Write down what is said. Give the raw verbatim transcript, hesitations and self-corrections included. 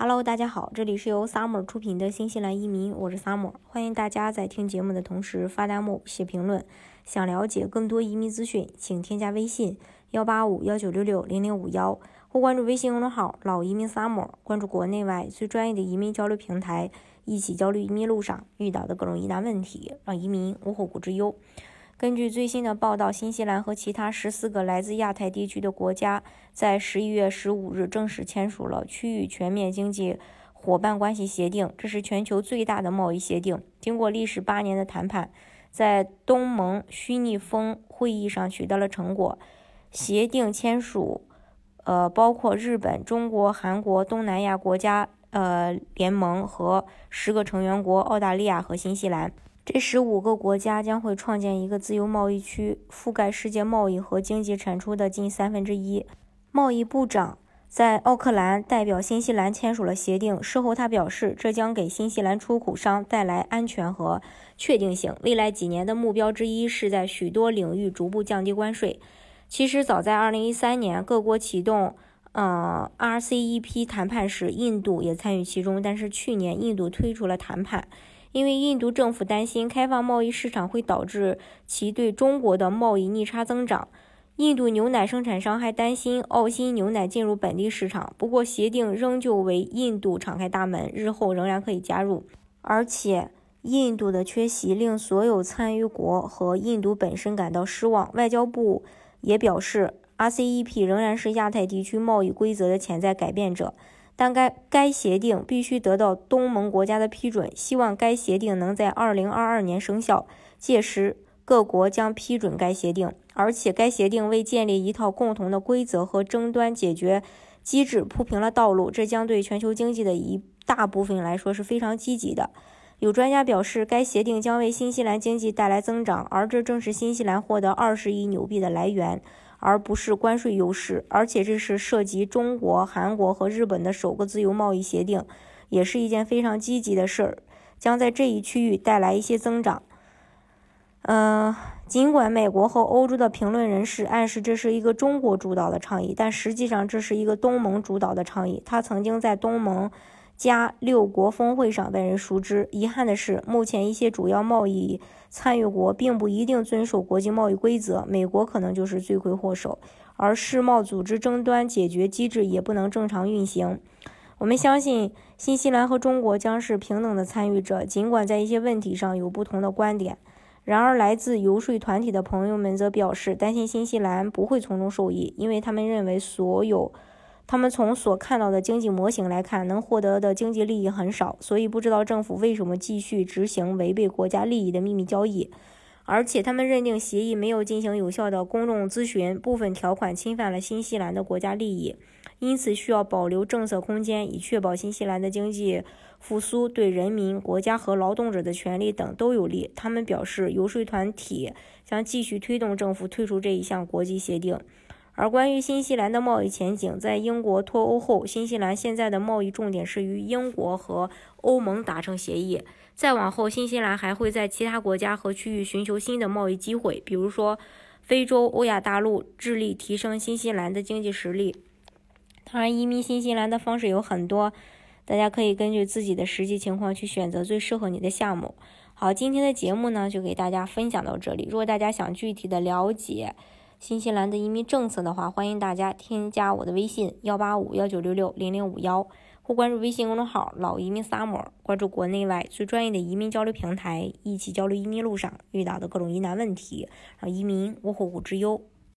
Hello， 大家好，这里是由 Summer 出品的新西兰移民，我是 Summer， 欢迎大家在听节目的同时发弹幕、写评论。想了解更多移民资讯，请添加微信幺八五幺九六六零零五幺，或关注微信公众号老移民 Summer， 关注国内外最专业的移民交流平台，一起交流移民路上遇到的各种疑难问题，让移民无后顾之忧。根据最新的报道，新西兰和其他十四个来自亚太地区的国家在十一月十五日正式签署了区域全面经济伙伴关系协定，这是全球最大的贸易协定。经过历时八年的谈判，在东盟虚拟峰会议上取得了成果。协定签署，呃，包括日本、中国、韩国、东南亚国家呃联盟和十个成员国澳大利亚和新西兰。这十五个国家将会创建一个自由贸易区，覆盖世界贸易和经济产出的近三分之一。贸易部长在奥克兰代表新西兰签署了协定，事后他表示，这将给新西兰出口商带来安全和确定性。未来几年的目标之一是在许多领域逐步降低关税。其实早在二零一三年，各国启动呃 R C E P 谈判时，印度也参与其中，但是去年印度退出了谈判。因为印度政府担心开放贸易市场会导致其对中国的贸易逆差增长。印度牛奶生产商还担心澳新牛奶进入本地市场，不过协定仍旧为印度敞开大门，日后仍然可以加入。而且印度的缺席令所有参与国和印度本身感到失望。外交部也表示 R C E P 仍然是亚太地区贸易规则的潜在改变者，但该该协定必须得到东盟国家的批准，希望该协定能在二零二二年生效，届时各国将批准该协定。而且该协定为建立一套共同的规则和争端解决机制铺平了道路，这将对全球经济的一大部分来说是非常积极的。有专家表示，该协定将为新西兰经济带来增长，而这正是新西兰获得二十亿纽币的来源，而不是关税优势。而且这是涉及中国、韩国和日本的首个自由贸易协定，也是一件非常积极的事儿，将在这一区域带来一些增长。呃，尽管美国和欧洲的评论人士暗示这是一个中国主导的倡议，但实际上这是一个东盟主导的倡议。它曾经在东盟加六国峰会上被人熟知。遗憾的是，目前一些主要贸易参与国并不一定遵守国际贸易规则，美国可能就是罪魁祸首，而世贸组织争端解决机制也不能正常运行。我们相信新西兰和中国将是平等的参与者，尽管在一些问题上有不同的观点。然而来自游说团体的朋友们则表示担心新西兰不会从中受益，因为他们认为所有他们从所看到的经济模型来看，能获得的经济利益很少，所以不知道政府为什么继续执行违背国家利益的秘密交易。而且他们认定协议没有进行有效的公众咨询，部分条款侵犯了新西兰的国家利益，因此需要保留政策空间，以确保新西兰的经济复苏对人民、国家和劳动者的权利等都有利。他们表示，游说团体将继续推动政府退出这一项国际协定。而关于新西兰的贸易前景，在英国脱欧后，新西兰现在的贸易重点是与英国和欧盟达成协议。再往后，新西兰还会在其他国家和区域寻求新的贸易机会，比如说非洲、欧亚大陆，致力提升新西兰的经济实力。当然，移民新西兰的方式有很多，大家可以根据自己的实际情况去选择最适合你的项目。好，今天的节目呢，就给大家分享到这里。如果大家想具体的了解新西兰的移民政策的话，欢迎大家添加我的微信幺八五幺九六六零零五幺，或关注微信公众号老移民 Summer， 关注国内外最专业的移民交流平台，一起交流移民路上遇到的各种疑难问题，让移民无后顾之忧。